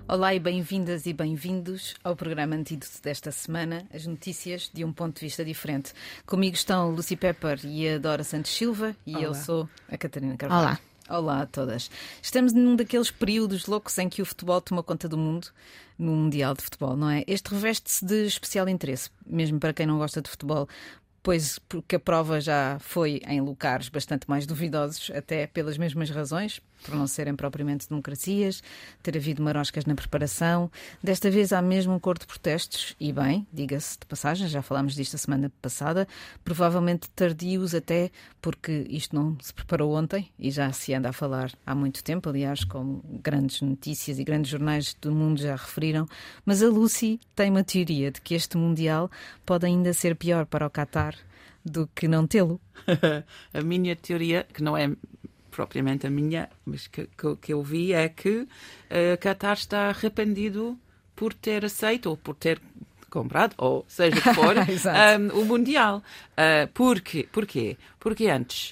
Olá e bem-vindas e bem-vindos ao programa Antídoto desta semana, as notícias de um ponto de vista diferente. Comigo estão Lucy Pepper e a Dora Santos Silva e Olá. Eu sou a Catarina Carvalho. Olá. Olá a todas. Estamos num daqueles períodos loucos em que o futebol toma conta do mundo, no Mundial de Futebol, não é? Este reveste-se de especial interesse, mesmo para quem não gosta de futebol, pois porque a prova já foi em lugares bastante mais duvidosos, até pelas mesmas razões, por não serem propriamente democracias, ter havido maroscas na preparação. Desta vez há mesmo um coro de protestos, e bem, diga-se de passagem, já falámos disto a semana passada, provavelmente tardios até, porque isto não se preparou ontem, e já se anda a falar há muito tempo, aliás, como grandes notícias e grandes jornais do mundo já referiram, mas a Lucy tem uma teoria de que este Mundial pode ainda ser pior para o Qatar do que não tê-lo. A minha teoria, que não é propriamente a minha, mas que eu vi, é que Qatar está arrependido por ter aceito ou por ter comprado, ou seja o que for, o Mundial. Porquê? Porque antes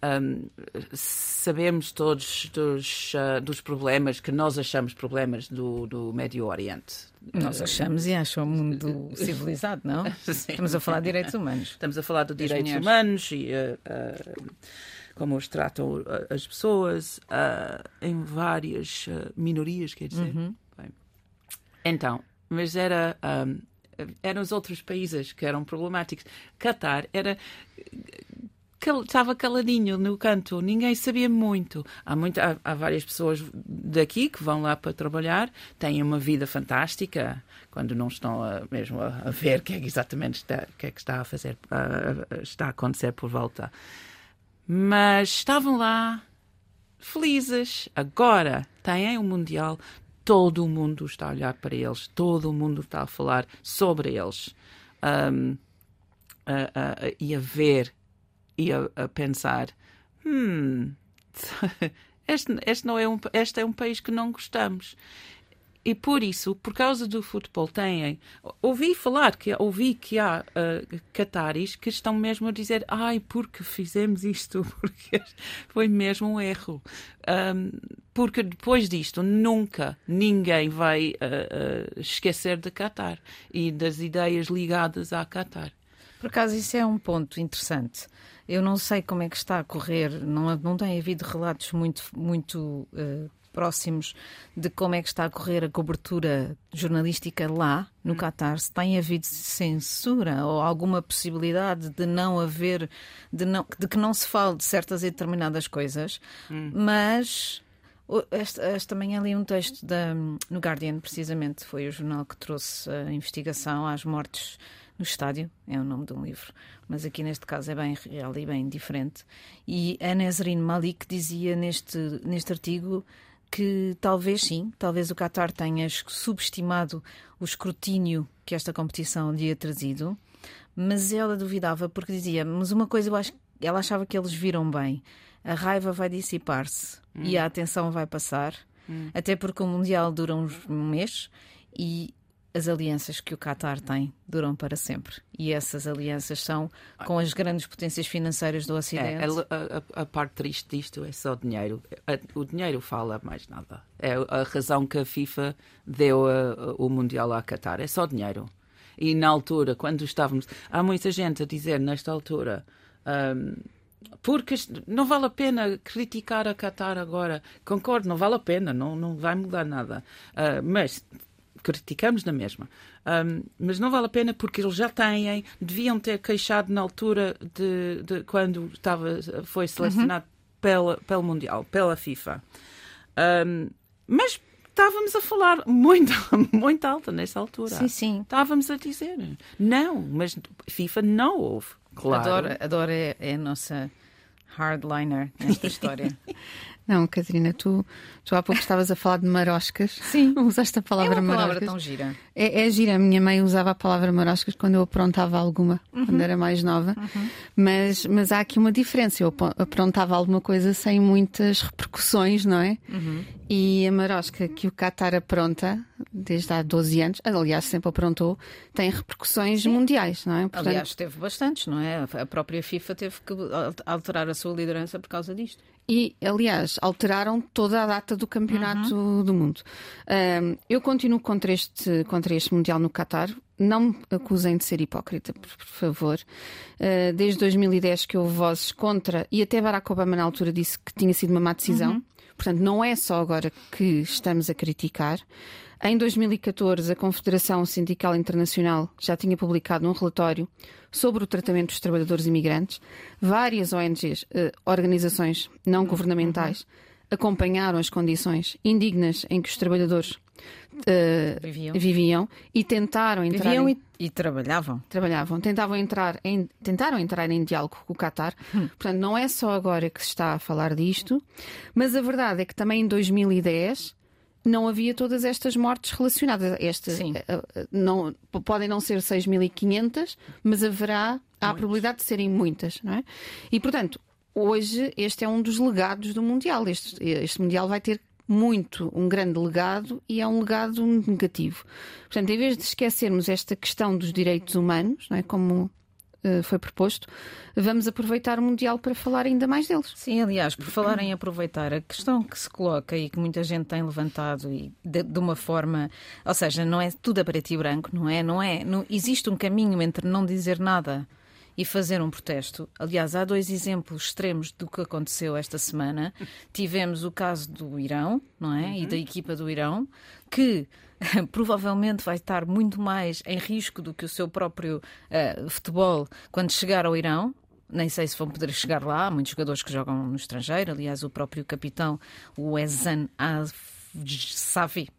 sabemos todos dos problemas que nós achamos problemas do Médio Oriente. Nós achamos e acham o mundo civilizado, não? Sim. Estamos a falar de direitos humanos. Estamos a falar de direitos mulheres. humanos e como os tratam as pessoas em várias minorias, quer dizer. Uhum. Bem, então, mas eram os outros países que eram problemáticos. Qatar estava caladinho no canto, ninguém sabia muito. Há várias pessoas daqui que vão lá para trabalhar, têm uma vida fantástica, quando não estão mesmo a ver o que é que exatamente está a acontecer por volta. Mas estavam lá felizes. Agora têm um Mundial, todo o mundo está a olhar para eles, todo o mundo está a falar sobre eles e a ver e a pensar, este é um país que não gostamos. E por isso, por causa do futebol, ouvi que há cataris que estão mesmo a dizer, porque fizemos isto, porque foi mesmo um erro. Porque depois disto, nunca ninguém vai esquecer de Qatar e das ideias ligadas a Qatar. Por acaso, isso é um ponto interessante. Eu não sei como é que está a correr, não tem havido relatos muito próximos de como é que está a correr a cobertura jornalística lá, no Qatar. Se tem havido censura ou alguma possibilidade de não haver, de que não se fale de certas e determinadas coisas, mas esta manhã li um texto no Guardian, precisamente, foi o jornal que trouxe a investigação às mortes no estádio, é o nome de um livro, mas aqui neste caso é bem real e bem diferente. E a Nesrin Malik dizia neste artigo que talvez o Qatar tenha subestimado o escrutínio que esta competição lhe ia trazido, mas ela duvidava porque dizia, mas uma coisa ela achava que eles viram bem, a raiva vai dissipar-se e a atenção vai passar, até porque o Mundial dura um mês e as alianças que o Qatar tem duram para sempre. E essas alianças são com as grandes potências financeiras do Ocidente. A parte triste disto é só dinheiro. O dinheiro fala mais nada. É a razão que a FIFA deu o Mundial a Qatar. É só dinheiro. E na altura, quando estávamos... Há muita gente a dizer, nesta altura... porque não vale a pena criticar a Qatar agora. Concordo, não vale a pena. Não vai mudar nada. Mas... criticamos na mesma, mas não vale a pena porque eles já deviam ter queixado na altura de quando foi selecionado pelo Mundial, pela FIFA. Mas estávamos a falar muito alta nessa altura. Sim. Estávamos a dizer, não, mas FIFA não houve, claro. A Dora é a nossa hardliner nesta história. Não, Catarina, tu há pouco estavas a falar de maroscas. Sim. Usaste a palavra maroscas. É uma palavra tão gira. É gira. A minha mãe usava a palavra maroscas quando eu aprontava alguma, quando era mais nova. Mas há aqui uma diferença. Eu aprontava alguma coisa sem muitas repercussões, não é? E a marosca que o Qatar apronta, desde há 12 anos, aliás, sempre aprontou, tem repercussões mundiais, não é? Portanto... Aliás, teve bastantes, não é? A própria FIFA teve que alterar a sua liderança por causa disto. E, aliás, alteraram toda a data do campeonato do mundo. Eu continuo contra este Mundial no Qatar. Não me acusem de ser hipócrita, por favor. Desde 2010 que houve vozes contra, e até Barack Obama na altura disse que tinha sido uma má decisão. Portanto, não é só agora que estamos a criticar. Em 2014, a Confederação Sindical Internacional já tinha publicado um relatório sobre o tratamento dos trabalhadores imigrantes. Várias ONGs, organizações não governamentais, acompanharam as condições indignas em que os trabalhores viviam e tentaram entrar... E trabalhavam. Tentaram entrar em diálogo com o Qatar. Portanto, não é só agora que se está a falar disto, mas a verdade é que também em 2010 não havia todas estas mortes relacionadas. Podem não ser 6.500, mas há a probabilidade de serem muitas, não é? E, portanto, hoje este é um dos legados do Mundial. Este Mundial vai ter um grande legado, e é um legado negativo. Portanto, em vez de esquecermos esta questão dos direitos humanos, não é, como foi proposto, vamos aproveitar o Mundial para falar ainda mais deles. Sim, aliás, por falar em aproveitar, a questão que se coloca e que muita gente tem levantado e de uma forma, ou seja, não é tudo a preto e branco, não existe um caminho entre não dizer nada e fazer um protesto. Aliás, há 2 exemplos extremos do que aconteceu esta semana. Tivemos o caso do Irão, não é? E da equipa do Irão, que provavelmente vai estar muito mais em risco do que o seu próprio futebol quando chegar ao Irão. Nem sei se vão poder chegar lá. Há muitos jogadores que jogam no estrangeiro. Aliás, o próprio capitão, o Ezan Savi,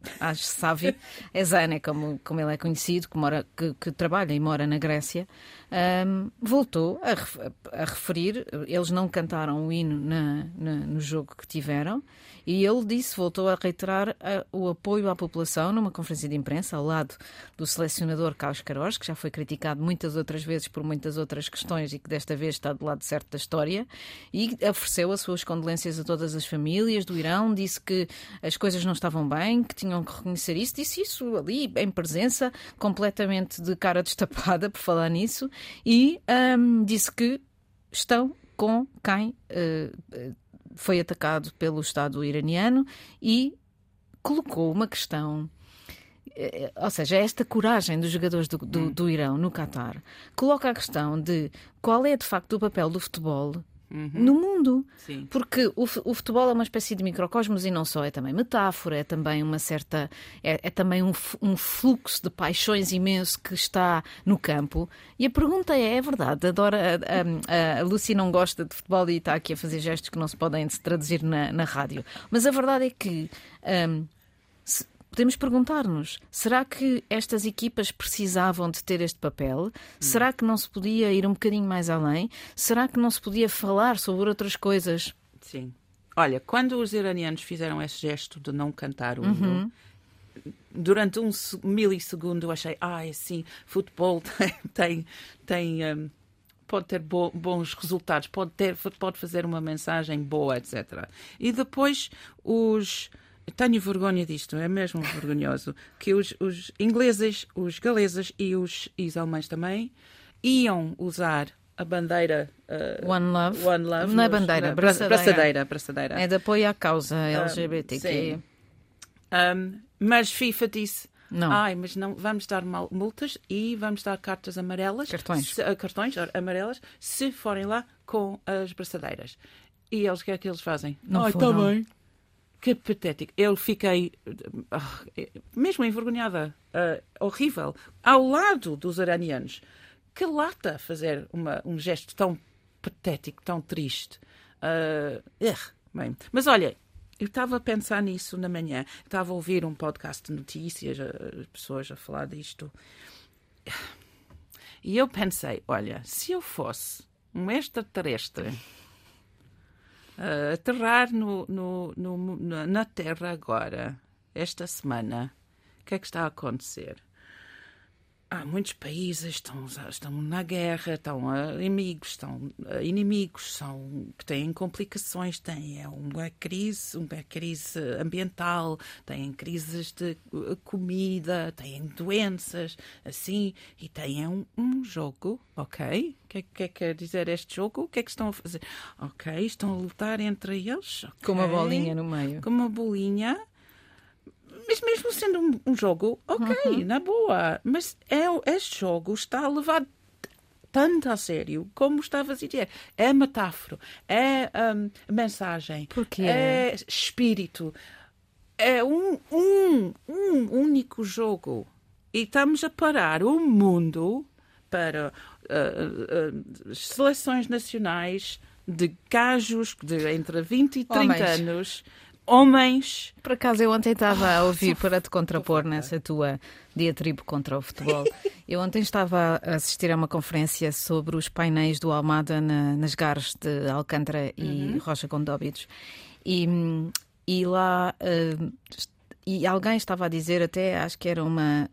Ezan é como ele é conhecido, que trabalha e mora na Grécia, voltou a referir. Eles não cantaram o hino no jogo que tiveram, e ele voltou a reiterar o apoio à população numa conferência de imprensa ao lado do selecionador Carlos Queiroz, que já foi criticado muitas outras vezes por muitas outras questões e que desta vez está do lado certo da história, e ofereceu as suas condolências a todas as famílias do Irão, disse que as coisas não estavam bem, que tinham que reconhecer isso, disse isso ali em presença, completamente de cara destapada por falar nisso, e disse que estão com quem foi atacado pelo Estado iraniano, e colocou uma questão, ou seja, esta coragem dos jogadores do Irão no Qatar coloca a questão de qual é de facto o papel do futebol no mundo. Sim. Porque o futebol é uma espécie de microcosmos, e não só, é também metáfora, é também uma certa... É também um fluxo de paixões imenso que está no campo. E a pergunta é verdade, a Lucy não gosta de futebol e está aqui a fazer gestos que não se podem se traduzir na rádio. Mas a verdade é que... podemos perguntar-nos, será que estas equipas precisavam de ter este papel? Será que não se podia ir um bocadinho mais além? Será que não se podia falar sobre outras coisas? Sim. Olha, quando os iranianos fizeram esse gesto de não cantar o hino, durante um milissegundo eu achei, sim, futebol pode ter bons resultados, pode fazer uma mensagem boa, etc. E depois tenho vergonha disto, é mesmo vergonhoso, que os ingleses, os galeses e os alemães também iam usar a bandeira One Love. Não é bandeira, braçadeira. É de apoio à causa LGBTQ. Mas FIFA disse, não. Mas não, vamos dar multas e vamos dar cartas amarelas, cartões amarelas, se forem lá com as braçadeiras. E eles, o que é que eles fazem? Está bem. Que patético. Eu fiquei mesmo envergonhada. Horrível. Ao lado dos iranianos. Que lata fazer um gesto tão patético, tão triste. Bem. Mas olha, eu estava a pensar nisso na manhã. Estava a ouvir um podcast de notícias, as pessoas a falar disto. E eu pensei, olha, se eu fosse um extraterrestre... aterrar na Terra agora, esta semana, o que é que está a acontecer? há muitos países que estão na guerra, estão inimigos, que têm complicações, têm uma crise ambiental, têm crises de comida, têm doenças, assim, e têm um jogo, ok? O que quer dizer este jogo? O que é que estão a fazer? Ok, estão a lutar entre eles. Okay. Com uma bolinha no meio. Com uma bolinha. Mas mesmo sendo um jogo, ok, na boa. Mas este jogo está a levar tanto a sério, como estava a dizer. É metáfora, é mensagem, Porquê? É espírito. É um único jogo. E estamos a parar o mundo para seleções nacionais de gajos de entre 20 e 30 anos... Homens. Por acaso, eu ontem estava a ouvir, para te contrapor nessa tua diatribe contra o futebol, eu ontem estava a assistir a uma conferência sobre os painéis do Almada nas Gares de Alcântara e Rocha Condóbidos. E lá... e alguém estava a dizer, até acho que era uma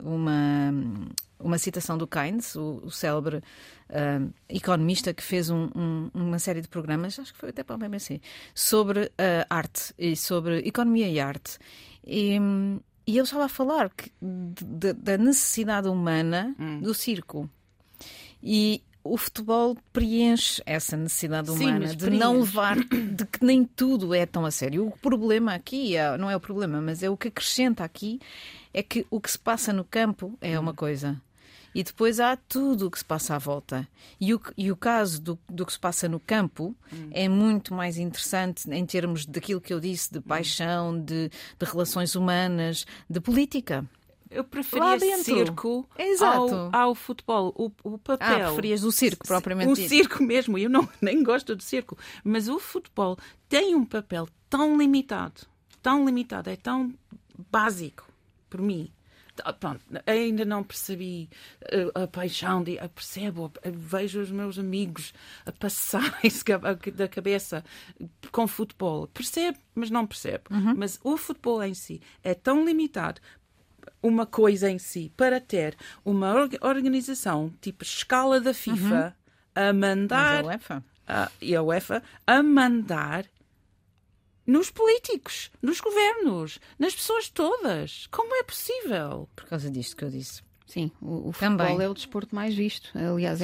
citação do Keynes, o célebre economista que fez uma série de programas, acho que foi até para o BBC, sobre arte e sobre economia e arte. E ele estava a falar da necessidade humana do circo. E o futebol preenche essa necessidade humana de não levar, de que nem tudo é tão a sério. O problema aqui, não é o problema, mas é o que acrescenta aqui, é que o que se passa no campo é uma coisa. E depois há tudo o que se passa à volta. E o caso do que se passa no campo é muito mais interessante em termos daquilo que eu disse, de paixão, de relações humanas, de política. Eu preferia circo ao futebol. O papel. Preferias o circo, propriamente dito. O circo mesmo. Eu nem gosto de circo. Mas o futebol tem um papel tão limitado, é tão básico, por mim. Pronto, ainda não percebi a paixão eu percebo, vejo os meus amigos a passarem-se da cabeça com futebol. Percebo, mas não percebo. Mas o futebol em si é tão limitado, uma coisa em si, para ter uma organização tipo escala da FIFA a mandar... Mas a UEFA. E a UEFA a mandar nos políticos, nos governos, nas pessoas todas. Como é possível? Por causa disto que eu disse. Sim, o futebol é o desporto mais visto. Aliás,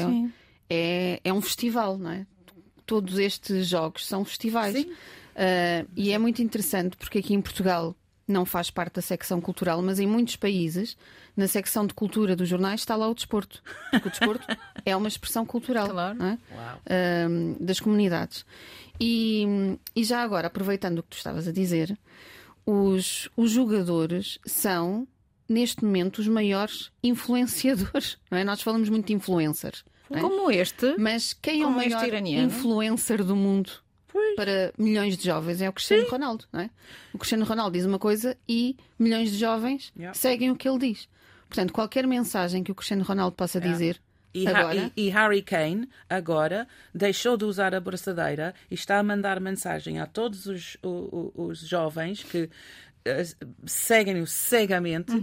é um festival, não é? Todos estes jogos são festivais. Sim. E é muito interessante porque aqui em Portugal não faz parte da secção cultural, mas em muitos países, na secção de cultura dos jornais, está lá o desporto. Porque o desporto é uma expressão cultural, claro. Não é? Das comunidades. E já agora, aproveitando o que tu estavas a dizer, os jogadores são, neste momento, os maiores influenciadores. Não é? Nós falamos muito de influencers. Não é? Como este. Mas quem é o maior influencer do mundo? Para milhões de jovens é o Cristiano Ronaldo, não é? O Cristiano Ronaldo diz uma coisa e milhões de jovens seguem o que ele diz. Portanto, qualquer mensagem que o Cristiano Ronaldo possa dizer agora... E Harry Kane agora deixou de usar a braçadeira e está a mandar mensagem a todos os jovens que seguem-o cegamente.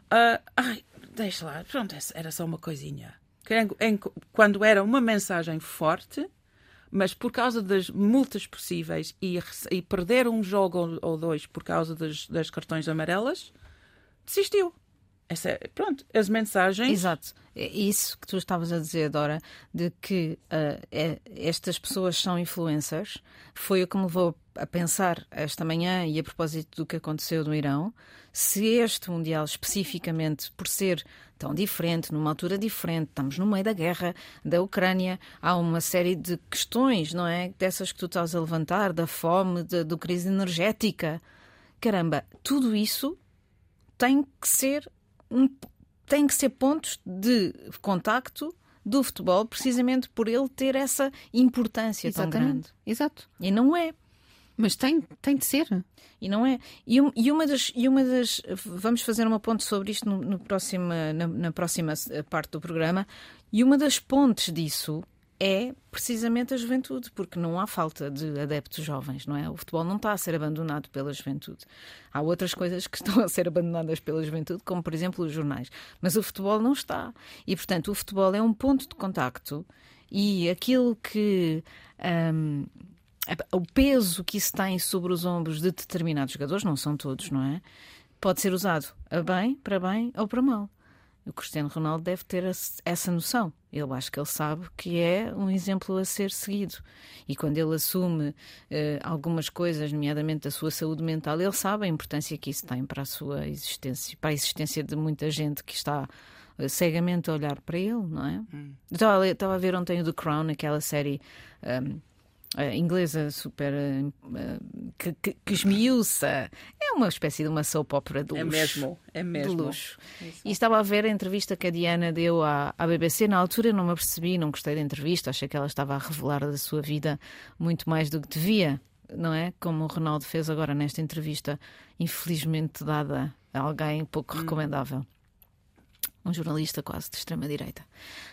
Deixa lá, pronto, era só uma coisinha. Quando era uma mensagem forte... Mas por causa das multas possíveis e perder um jogo ou dois por causa das cartões amarelas, desistiu. Pronto, as mensagens... Exato. É isso que tu estavas a dizer, Dora, de que estas pessoas são influencers, foi o que me levou a pensar esta manhã e a propósito do que aconteceu no Irão, se este Mundial especificamente, por ser tão diferente, numa altura diferente, estamos no meio da guerra da Ucrânia, há uma série de questões, não é? Dessas que tu estás a levantar, da fome, da crise energética. Caramba, tudo isso tem que ser pontos de contacto do futebol, precisamente por ele ter essa importância tão grande. Exato. E não é. Mas tem de ser. E não é. E uma das vamos fazer uma ponte sobre isto na próxima parte do programa. E uma das pontes disso é precisamente a juventude, porque não há falta de adeptos jovens, não é? O futebol não está a ser abandonado pela juventude. Há outras coisas que estão a ser abandonadas pela juventude, como, por exemplo, os jornais. Mas o futebol não está. E, portanto, o futebol é um ponto de contacto e aquilo que... o peso que isso tem sobre os ombros de determinados jogadores, não são todos, não é? Pode ser usado para bem ou para mal. O Cristiano Ronaldo deve ter essa noção. Eu acho que ele sabe que é um exemplo a ser seguido. E quando ele assume algumas coisas, nomeadamente da sua saúde mental, ele sabe a importância que isso tem para a sua existência, para a existência de muita gente que está cegamente a olhar para ele, não é? Estava a ver ontem o The Crown, aquela série... inglesa super que esmiuça. É uma espécie de uma soap opera de luxo. É mesmo. De luxo. E estava a ver a entrevista que a Diana deu à BBC. Na altura não me apercebi, não gostei da entrevista. Achei que ela estava a revelar da sua vida muito mais do que devia, não é? Como o Ronaldo fez agora nesta entrevista, infelizmente dada a alguém pouco recomendável. Um jornalista quase de extrema-direita.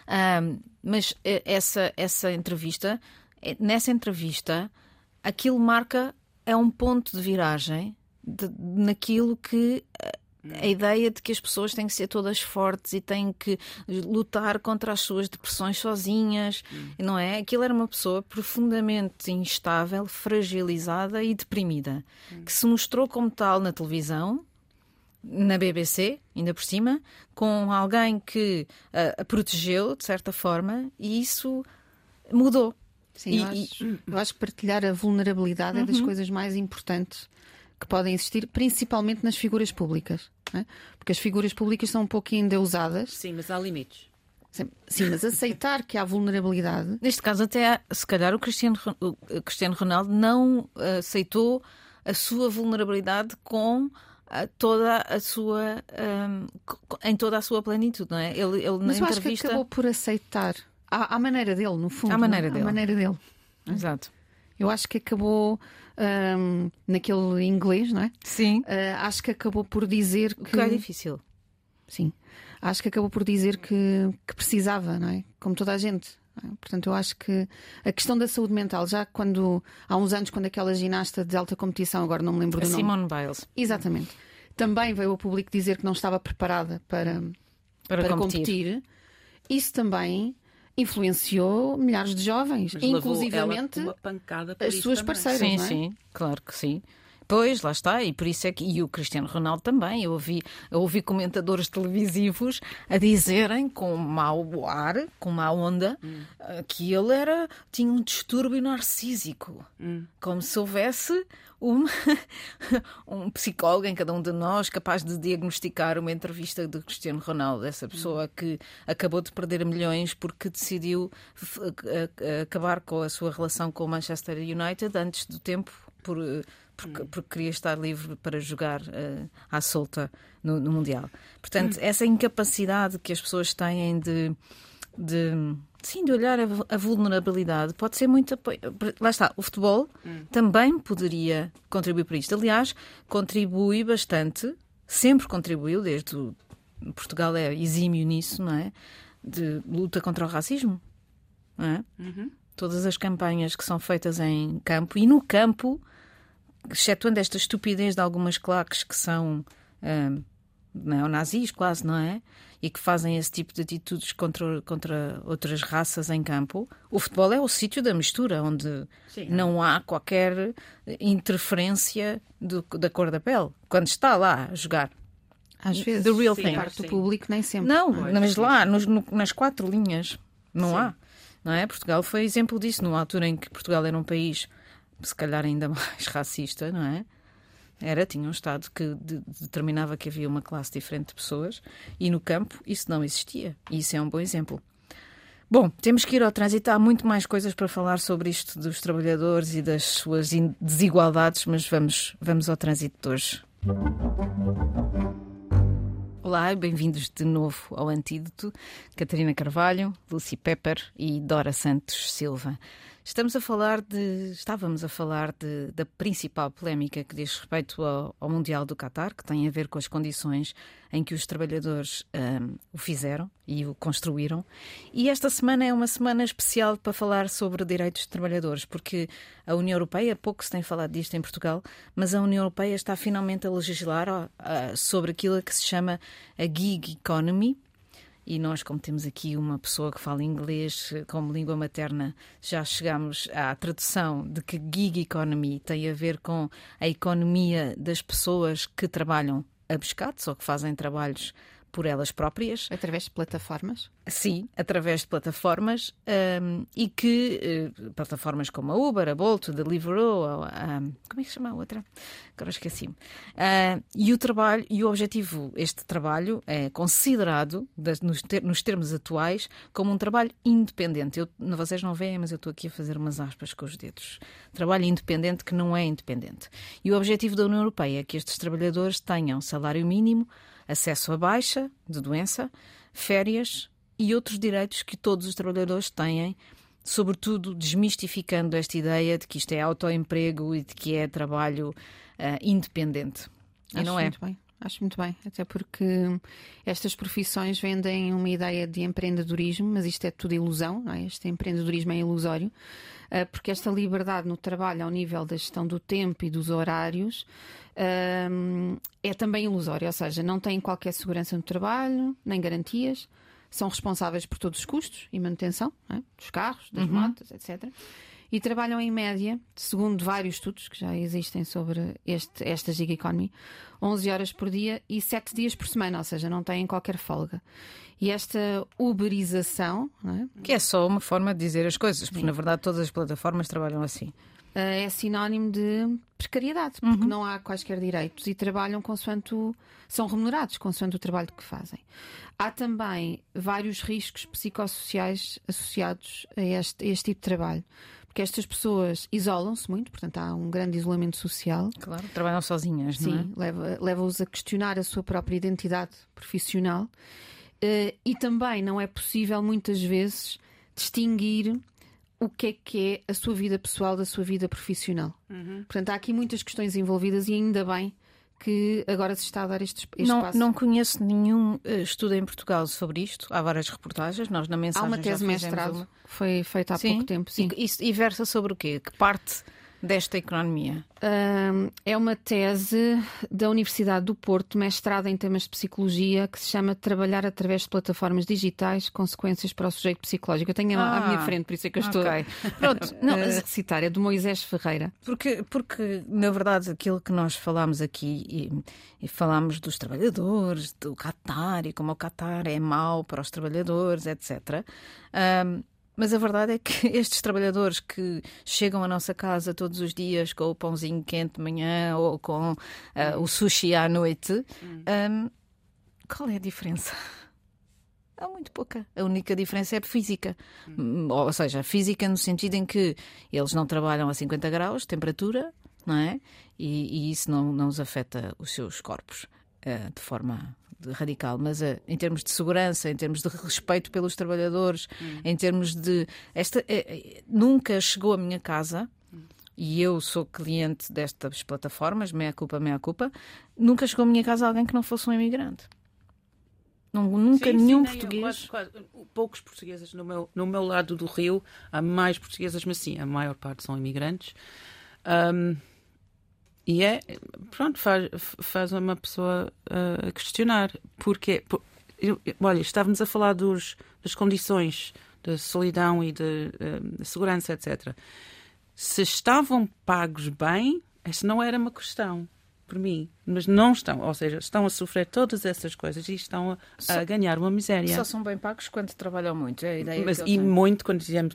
Mas essa entrevista... Nessa entrevista, aquilo é um ponto de viragem naquilo que a ideia de que as pessoas têm que ser todas fortes e têm que lutar contra as suas depressões sozinhas, não é? Aquilo era uma pessoa profundamente instável, fragilizada e deprimida, que se mostrou como tal na televisão, na BBC, ainda por cima, com alguém que a protegeu, de certa forma, e isso mudou. Sim, eu acho que partilhar a vulnerabilidade é das coisas mais importantes que podem existir, principalmente nas figuras públicas, não é? Porque as figuras públicas são um pouco endeusadas. Sim, mas há limites. Sim, mas aceitar que há vulnerabilidade... Neste caso, até se calhar o Cristiano Ronaldo não aceitou a sua vulnerabilidade com toda a sua... em toda a sua plenitude, não é? Ele mas na eu acho que acabou por aceitar... À maneira dele, no fundo. À maneira dele. À maneira dele. Exato. Eu acho que acabou naquele inglês, não é? Sim. Acho que acabou por dizer que... é difícil. Sim. Acho que acabou por dizer que precisava, não é? Como toda a gente. Não é? Portanto, eu acho que a questão da saúde mental, já há uns anos, quando aquela ginasta de alta competição, agora não me lembro do nome. Simone Biles. Exatamente. Também veio ao público dizer que não estava preparada para competir. Isso também... influenciou milhares de jovens, mas inclusivamente uma pancada por as suas também. parceiras, sim, não é? Sim, claro que sim. Pois, lá está, e por isso é que... E o Cristiano Ronaldo também. Eu ouvi comentadores televisivos a dizerem com mau ar, com má onda, que ele tinha um distúrbio narcísico. Como se houvesse um psicólogo em cada um de nós capaz de diagnosticar uma entrevista do Cristiano Ronaldo, essa pessoa que acabou de perder milhões porque decidiu acabar com a sua relação com o Manchester United antes do tempo, porque queria estar livre para jogar à solta no Mundial. Portanto, essa incapacidade que as pessoas têm de olhar a vulnerabilidade pode ser muito... Lá está, o futebol também poderia contribuir para isto. Aliás, contribui bastante, sempre contribuiu, Portugal é exímio nisso, não é? De luta contra o racismo, não é? Todas as campanhas que são feitas em campo, e no campo, excetuando esta estupidez de algumas claques que são neonazis quase, não é? E que fazem esse tipo de atitudes contra outras raças em campo, o futebol é o sítio da mistura, onde não há qualquer interferência da cor da pele. Quando está lá a jogar. Às vezes, the real thing. Parte do público nem sempre. Não, mas lá, nas quatro linhas, não há. Não é? Portugal foi exemplo disso, numa altura em que Portugal era um país, se calhar ainda mais racista, não é? Tinha um Estado que determinava que havia uma classe diferente de pessoas e no campo isso não existia. E isso é um bom exemplo. Bom, temos que ir ao trânsito. Há muito mais coisas para falar sobre isto dos trabalhadores e das suas desigualdades, mas vamos ao trânsito de hoje. Olá, bem-vindos de novo ao Antídoto. Catarina Carvalho, Lucy Pepper e Dora Santos Silva. Estávamos a falar da principal polémica que diz respeito ao Mundial do Qatar, que tem a ver com as condições em que os trabalhadores o fizeram e o construíram. E esta semana é uma semana especial para falar sobre direitos de trabalhadores, porque a União Europeia, pouco se tem falado disto em Portugal, mas a União Europeia está finalmente a legislar sobre aquilo que se chama a gig economy. E nós, como temos aqui uma pessoa que fala inglês como língua materna, já chegamos à tradução de que gig economy tem a ver com a economia das pessoas que trabalham abiscados ou que fazem trabalhos por elas próprias. Através de plataformas? Sim, através de plataformas e que plataformas como a Uber, a Bolt, a Deliveroo, como é que se chama a outra? Agora esqueci-me. E o trabalho, e o objetivo, este trabalho é considerado, nos termos atuais, como um trabalho independente. Vocês não veem, mas eu estou aqui a fazer umas aspas com os dedos. Trabalho independente que não é independente. E o objetivo da União Europeia é que estes trabalhadores tenham salário mínimo, acesso à baixa de doença, férias e outros direitos que todos os trabalhadores têm, sobretudo desmistificando esta ideia de que isto é autoemprego e de que é trabalho independente. E não é. Muito bem. Acho muito bem, até porque estas profissões vendem uma ideia de empreendedorismo, mas isto é tudo ilusão, não é? Este empreendedorismo é ilusório, porque esta liberdade no trabalho ao nível da gestão do tempo e dos horários é também ilusória, ou seja, não têm qualquer segurança no trabalho, nem garantias, são responsáveis por todos os custos e manutenção, não é? Dos carros, das motas, etc. E trabalham em média, segundo vários estudos que já existem sobre esta gig economy, 11 horas por dia e 7 dias por semana, ou seja, não têm qualquer folga. E esta uberização, não é? Que é só uma forma de dizer as coisas, porque na verdade todas as plataformas trabalham assim. É sinónimo de precariedade, porque não há quaisquer direitos e trabalham são remunerados consoante o trabalho que fazem. Há também vários riscos psicossociais associados a este tipo de trabalho. Porque estas pessoas isolam-se muito, portanto há um grande isolamento social. Claro, trabalham sozinhas, não é? Sim, leva-os a questionar a sua própria identidade profissional. E também não é possível, muitas vezes, distinguir o que é a sua vida pessoal da sua vida profissional. Portanto, há aqui muitas questões envolvidas e ainda bem que agora se está a dar este espaço. Não conheço nenhum estudo em Portugal sobre isto. Há várias reportagens. Nós na mensagem há uma tese de mestrado que foi feita há pouco tempo. Sim. E versa sobre o quê? Que parte desta economia? É uma tese da Universidade do Porto, mestrada em temas de psicologia, que se chama Trabalhar através de plataformas digitais, consequências para o sujeito psicológico. Eu tenho à minha frente, por isso é que eu estou Pronto, a recitar. É do Moisés Ferreira. Porque, na verdade, aquilo que nós falámos aqui, e falámos dos trabalhadores, do Qatar, e como o Qatar é mau para os trabalhadores, etc., mas a verdade é que estes trabalhadores que chegam à nossa casa todos os dias com o pãozinho quente de manhã ou com o sushi à noite, qual é a diferença? Há muito pouca. A única diferença é física. Ou seja, física no sentido em que eles não trabalham a 50 graus de temperatura, não é? E isso não os afeta os seus corpos de forma radical, mas em termos de segurança, em termos de respeito pelos trabalhadores, em termos de... nunca chegou à minha casa, e eu sou cliente destas plataformas, meia culpa, nunca chegou à minha casa alguém que não fosse um imigrante. Nunca nenhum português. Quase, poucos portugueses no meu lado do rio, há mais portuguesas, mas sim, a maior parte são imigrantes. E pronto, faz uma pessoa a questionar. Porquê? Olha, estávamos a falar das condições da solidão e de segurança, etc. Se estavam pagos bem, essa não era uma questão por mim. Mas não estão, ou seja, estão a sofrer todas essas coisas e estão a ganhar uma miséria. Só são bem pagos quando trabalham muito, é a ideia. Muito, quando dizemos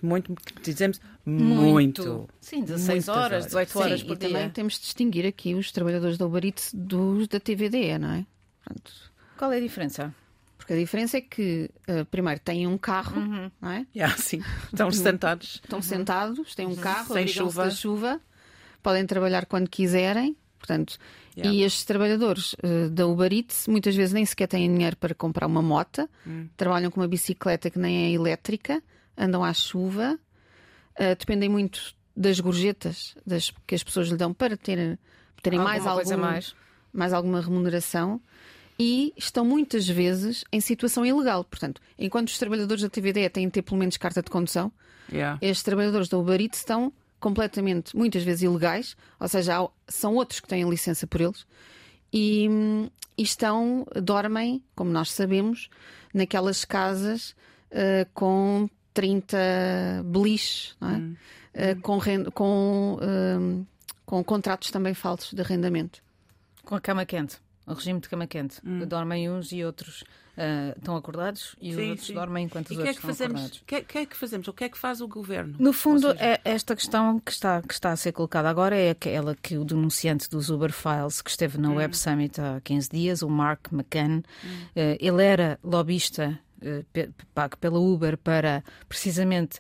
muito. Sim, 16 horas, 18 horas por dia. E também temos de distinguir aqui os trabalhadores da Uber Eats dos da TVDE, não é? Pronto. Qual é a diferença? Porque a diferença é que, primeiro, têm um carro, não é? Sim, estão sentados. Estão sentados, têm um carro, sem chuva. Da chuva, podem trabalhar quando quiserem. Portanto, e estes trabalhadores da Uber Eats muitas vezes nem sequer têm dinheiro para comprar uma moto, trabalham com uma bicicleta que nem é elétrica, andam à chuva, dependem muito das gorjetas que as pessoas lhe dão para terem mais alguma remuneração, e estão muitas vezes em situação ilegal. Portanto, enquanto os trabalhadores da TVDE têm de ter pelo menos carta de condução, estes trabalhadores da Uber Eats estão completamente, muitas vezes, ilegais, ou seja, são outros que têm licença por eles, e dormem, como nós sabemos, naquelas casas com 30 beliches, não é? Com contratos também falsos de arrendamento. Com a cama quente, o regime de cama quente. Dormem uns e outros estão acordados e os outros dormem enquanto os outros estão acordados. O que é que fazemos? O que é que faz o governo? No fundo, esta questão que está a ser colocada agora é aquela que o denunciante dos Uber Files, que esteve na Web Summit há 15 dias, o Mark McCann, ele era lobista pago pela Uber para precisamente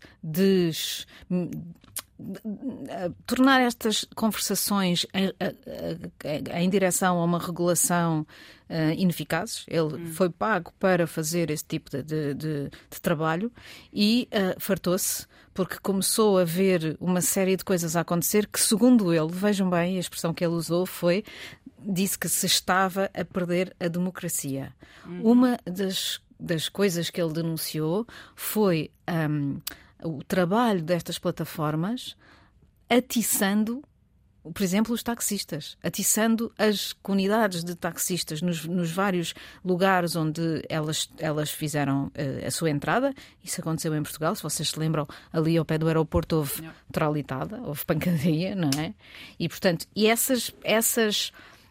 tornar estas conversações em direção a uma regulação ineficazes. Ele foi pago para fazer esse tipo de trabalho e fartou-se, porque começou a ver uma série de coisas a acontecer que, segundo ele, vejam bem, a expressão que ele usou disse que se estava a perder a democracia. Uma das coisas que ele denunciou foi o trabalho destas plataformas atiçando, por exemplo, os taxistas, atiçando as comunidades de taxistas nos vários lugares onde elas fizeram a sua entrada. Isso aconteceu em Portugal, se vocês se lembram, ali ao pé do aeroporto houve traulitada, houve pancadaria, não é? E, portanto, essas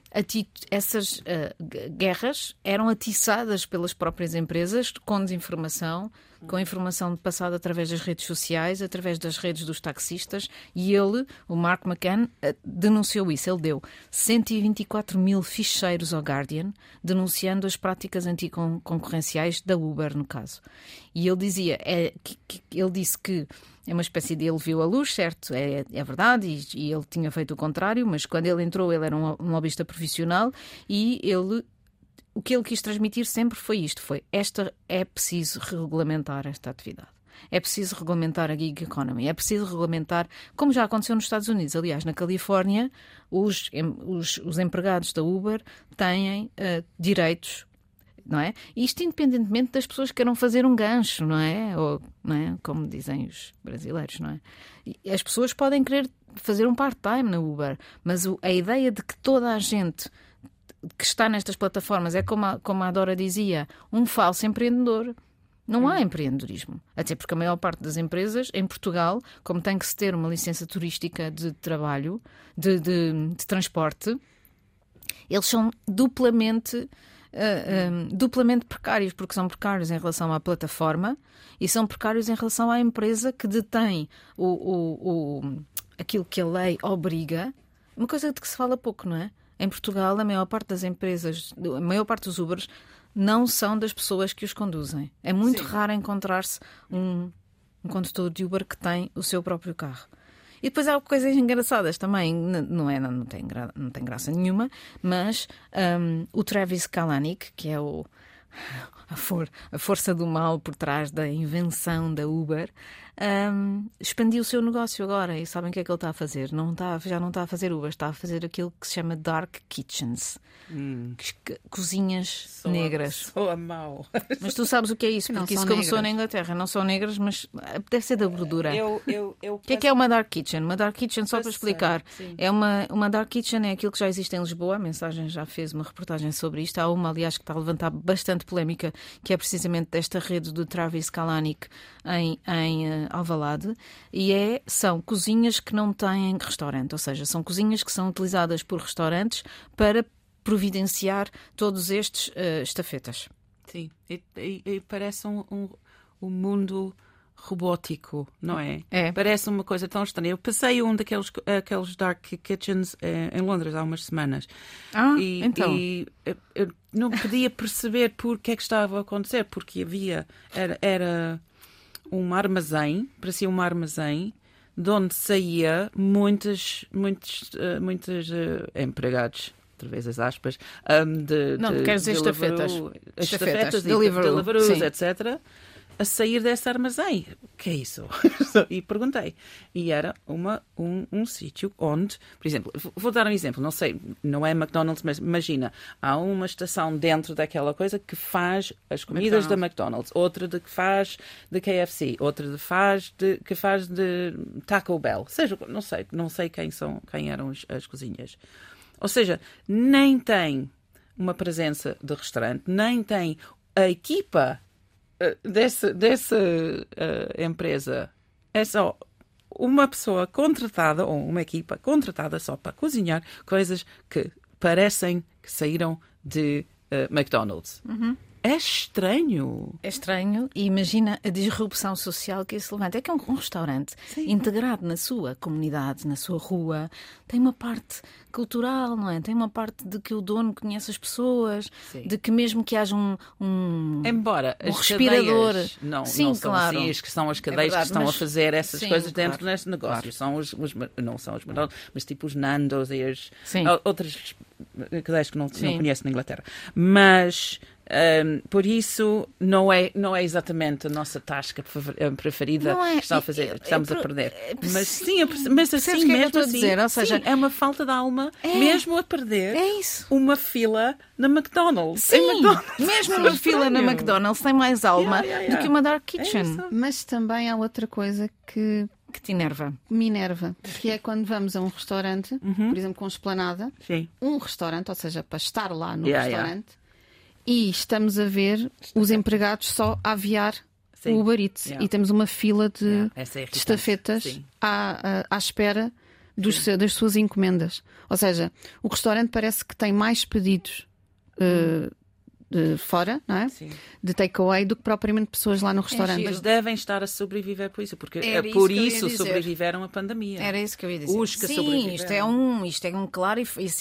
guerras eram atiçadas pelas próprias empresas com desinformação, com informação passada através das redes sociais, através das redes dos taxistas, e ele, o Mark McCann, denunciou isso. Ele deu 124 mil ficheiros ao Guardian, denunciando as práticas anticoncorrenciais da Uber, no caso. E ele dizia, ele disse que é uma espécie de... Ele viu a luz, certo, é verdade, e ele tinha feito o contrário, mas quando ele entrou ele era um lobista profissional e o que ele quis transmitir sempre foi isto, é preciso regulamentar esta atividade. É preciso regulamentar a gig economy, é preciso regulamentar, como já aconteceu nos Estados Unidos. Aliás, na Califórnia, os empregados da Uber têm direitos, não é? Isto independentemente das pessoas que queiram fazer um gancho, não é? Ou, não é? Como dizem os brasileiros, não é? E as pessoas podem querer fazer um part-time na Uber, mas a ideia de que toda a gente que está nestas plataformas é, como a Dora dizia, um falso empreendedor. Não há empreendedorismo. Até porque a maior parte das empresas, em Portugal, como tem que se ter uma licença turística de trabalho, de transporte, eles são duplamente precários, porque são precários em relação à plataforma e são precários em relação à empresa que detém aquilo que a lei obriga. Uma coisa de que se fala pouco, não é? Em Portugal, a maior parte das empresas, a maior parte dos Ubers, não são das pessoas que os conduzem. É muito raro encontrar-se um condutor de Uber que tem o seu próprio carro. E depois há coisas engraçadas também, não tem graça nenhuma, mas o Travis Kalanick, que é a força do mal por trás da invenção da Uber, expandiu o seu negócio agora. E sabem o que é que ele está a fazer? Já não está a fazer Uber, está a fazer aquilo que se chama Dark Kitchens. Cozinhas negras. Soa mau. Mas tu sabes o que é isso, porque isso começou na Inglaterra. Não são negras, mas deve ser da gordura. O que é uma Dark Kitchen? Uma Dark Kitchen, só para explicar, é uma Dark Kitchen, é aquilo que já existe em Lisboa. A Mensagem já fez uma reportagem sobre isto. Há uma, aliás, que está a levantar bastante polémica, que é precisamente desta rede do Travis Kalanick em Alvalade, e são cozinhas que não têm restaurante, ou seja, são cozinhas que são utilizadas por restaurantes para providenciar todos estes estafetas. Sim, e parece um mundo robótico, não é? Parece uma coisa tão estranha. Eu passei aqueles Dark Kitchens em Londres há umas semanas. Então. E eu não podia perceber porque é que estava a acontecer, porque era um armazém, parecia um armazém, de onde saía muitos empregados, através das aspas, não, quer dizer estafetas. Estafetas, Deliveroo, etc. a sair desse armazém. O que é isso? E perguntei. E era um sítio onde, por exemplo, vou dar um exemplo, não sei, não é McDonald's, mas imagina, há uma estação dentro daquela coisa que faz as comidas da McDonald's, outra que faz de KFC, outra que faz de Taco Bell. Seja, não sei quem eram as cozinhas. Ou seja, nem tem uma presença de restaurante, nem tem a equipa dessa empresa. É só uma pessoa contratada ou uma equipa contratada só para cozinhar coisas que parecem que saíram de McDonald's. É estranho. É estranho e imagina a disrupção social que isso levanta. É que é um restaurante integrado na sua comunidade, na sua rua. Tem uma parte cultural, não é? Tem uma parte de que o dono conhece as pessoas, de que mesmo que haja Embora as respirador. Cadeias não Sim, são claro. assim, que são as cadeias verdade, que estão mas... a fazer essas sim, coisas dentro claro, deste negócio. São não são os McDonald's, mas tipo os Nandos e as outras cadeias que não conheço na Inglaterra. Mas por isso não é exatamente a nossa tasca preferida que estamos a perder. Mas sim, mas assim mesmo assim, dizer? Ou seja, é uma falta de alma mesmo a perder uma fila na McDonald's. Sim, mesmo uma fila na McDonald's tem mais alma do que uma Dark Kitchen. Mas também há outra coisa que te enerva. Me enerva, que é quando vamos a um restaurante, por exemplo, com esplanada, um restaurante, ou seja, para estar lá no restaurante, e estamos a ver os empregados só a aviar o Uber Eats. E temos uma fila de estafetas à espera das suas encomendas. Ou seja, o restaurante parece que tem mais pedidos de fora, não é? De takeaway, do que propriamente pessoas lá no restaurante. Mas devem estar a sobreviver por isso, porque por isso sobreviveram a pandemia. Era isso que eu ia dizer. Os que sobreviveram. Isto é um claro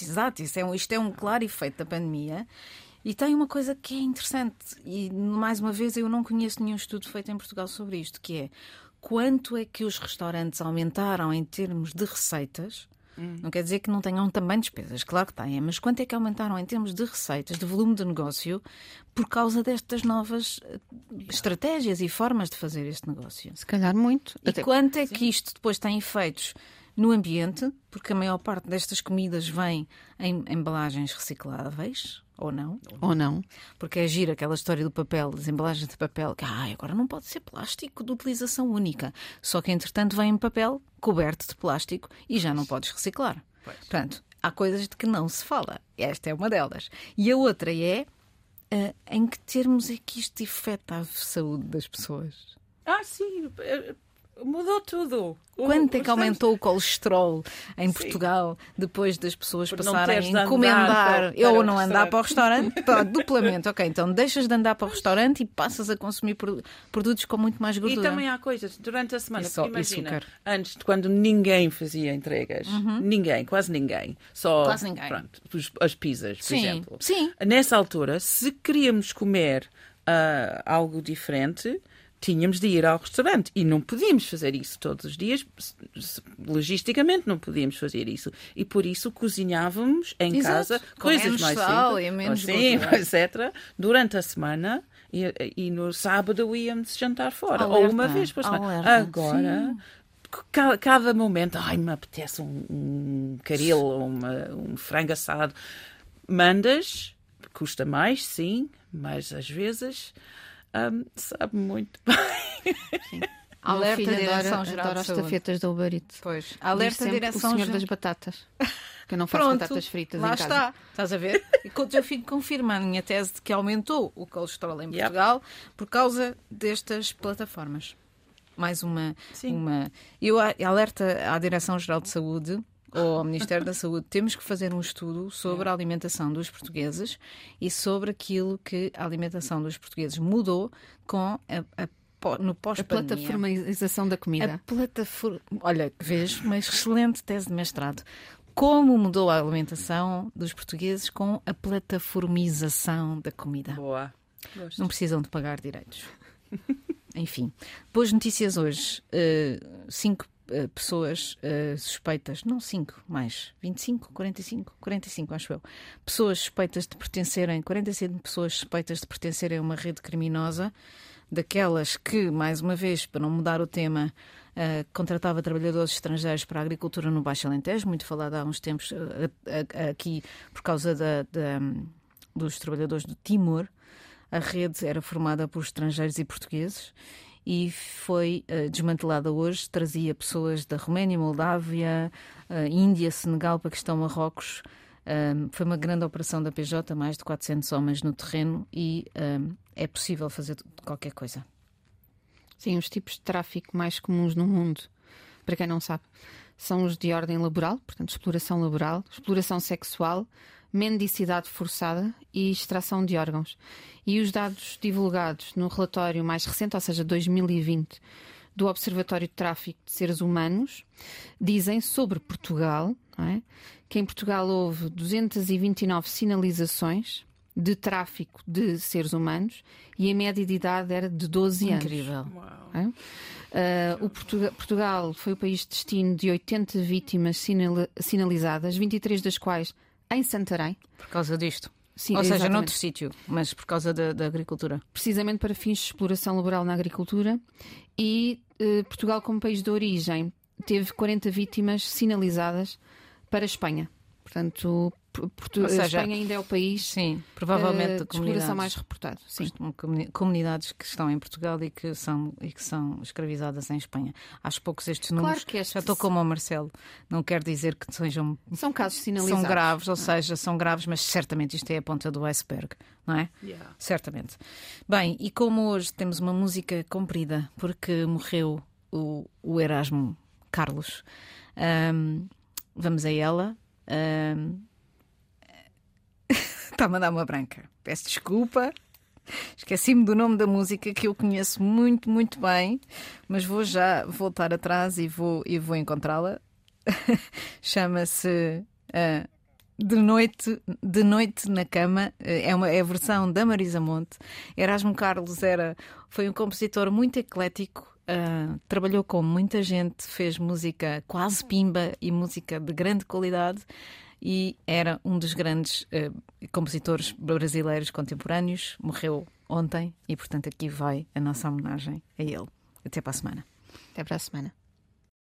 efeito da pandemia. E tem uma coisa que é interessante, e mais uma vez eu não conheço nenhum estudo feito em Portugal sobre isto, que é quanto é que os restaurantes aumentaram em termos de receitas. Não quer dizer que não tenham também despesas, claro que têm, mas quanto é que aumentaram em termos de receitas, de volume de negócio, por causa destas novas estratégias e formas de fazer este negócio? Se calhar muito. E quanto é que isto depois tem efeitos no ambiente, porque a maior parte destas comidas vem em embalagens recicláveis, ou não. Porque é giro aquela história do papel, das embalagens de papel, que agora não pode ser plástico de utilização única. Só que, entretanto, vem em papel coberto de plástico e já não podes reciclar. Portanto, há coisas de que não se fala. Esta é uma delas. E a outra é em que termos é que isto afeta a saúde das pessoas? Sim. Mudou tudo. Quanto é que aumentou o colesterol em Portugal depois das pessoas passarem a encomendar ou não andar para o restaurante? Duplamente. Ok, então deixas de andar para o restaurante e passas a consumir produtos com muito mais gordura. E também há coisas durante a semana. Imagina, antes, quando ninguém fazia entregas, quase ninguém. Só quase ninguém. Pronto, as pizzas, por exemplo. Sim. Nessa altura, se queríamos comer algo diferente, tínhamos de ir ao restaurante e não podíamos fazer isso todos os dias, logisticamente não podíamos fazer isso, e por isso cozinhávamos em casa coisas mais simples, etc. durante a semana, e no sábado íamos jantar fora, ou uma vez por semana. Agora cada momento, me apetece um caril, um frango assado, mandas, custa mais, sim, mas às vezes sabe muito bem. Alerta a Direção-Geral adora as estafetas da Uber Eats. Pois. Alerta a Direção-Geral. O senhor das batatas. Que eu não faço batatas fritas em casa. Lá está. Estás a ver? E quando eu fico confirmando a minha tese de que aumentou o colesterol em Portugal por causa destas plataformas. Mais uma. Eu alerta à Direção-Geral de Saúde ou ao Ministério da Saúde, temos que fazer um estudo sobre a alimentação dos portugueses e sobre aquilo que a alimentação dos portugueses mudou com no pós-pandemia. A plataformização da comida. Olha, vês, uma excelente tese de mestrado. Como mudou a alimentação dos portugueses com a plataformização da comida. Boa. Gosto. Não precisam de pagar direitos. Enfim. Boas notícias hoje. 5 pessoas suspeitas, não 5, mais 25, 45, acho eu. Pessoas suspeitas de pertencerem, 45 pessoas suspeitas de pertencerem a uma rede criminosa daquelas que, mais uma vez, para não mudar o tema, contratava trabalhadores estrangeiros para a agricultura no Baixo Alentejo, muito falado há uns tempos aqui por causa dos trabalhadores do Timor. A rede era formada por estrangeiros e portugueses e foi desmantelada hoje. Trazia pessoas da Roménia, Moldávia, Índia, Senegal, Paquistão, Marrocos. Foi uma grande operação da PJ, mais de 400 homens no terreno e é possível fazer qualquer coisa. Sim, os tipos de tráfico mais comuns no mundo, para quem não sabe, são os de ordem laboral, portanto, exploração laboral, exploração sexual, mendicidade forçada e extração de órgãos. E os dados divulgados no relatório mais recente, ou seja, 2020, do Observatório de Tráfico de Seres Humanos, dizem sobre Portugal, não é? Que em Portugal houve 229 sinalizações de tráfico de seres humanos e a média de idade era de 12 anos. Incrível. Portugal foi o país de destino de 80 vítimas sinalizadas, 23 das quais em Santarém. Por causa disto? Sim, ou seja, exatamente. noutro sítio, mas por causa da agricultura. Precisamente para fins de exploração laboral na agricultura. E Portugal, como país de origem, teve 40 vítimas sinalizadas para a Espanha. Portanto, Ou seja, a Espanha ainda é o país, sim, provavelmente de exploração mais reportado. Sim. Comunidades que estão em Portugal e que são escravizadas em Espanha. Acho poucos estes números. Claro que já estou como o Marcelo. Não quer dizer que são casos sinalizados. São graves, ou seja, são graves, mas certamente isto é a ponta do iceberg, não é? Yeah. Certamente. Bem, e como hoje temos uma música comprida, porque morreu o Erasmo Carlos, vamos a ela. Está-me a dar uma branca. Peço desculpa. Esqueci-me do nome da música que eu conheço muito, muito bem, mas vou já voltar atrás e vou encontrá-la. Chama-se de Noite na Cama. É a versão da Marisa Monte. Erasmo Carlos foi um compositor muito eclético. Trabalhou com muita gente, fez música quase pimba e música de grande qualidade e era um dos grandes compositores brasileiros contemporâneos. Morreu ontem e, portanto, aqui vai a nossa homenagem a ele. Até para a semana. Até para a semana.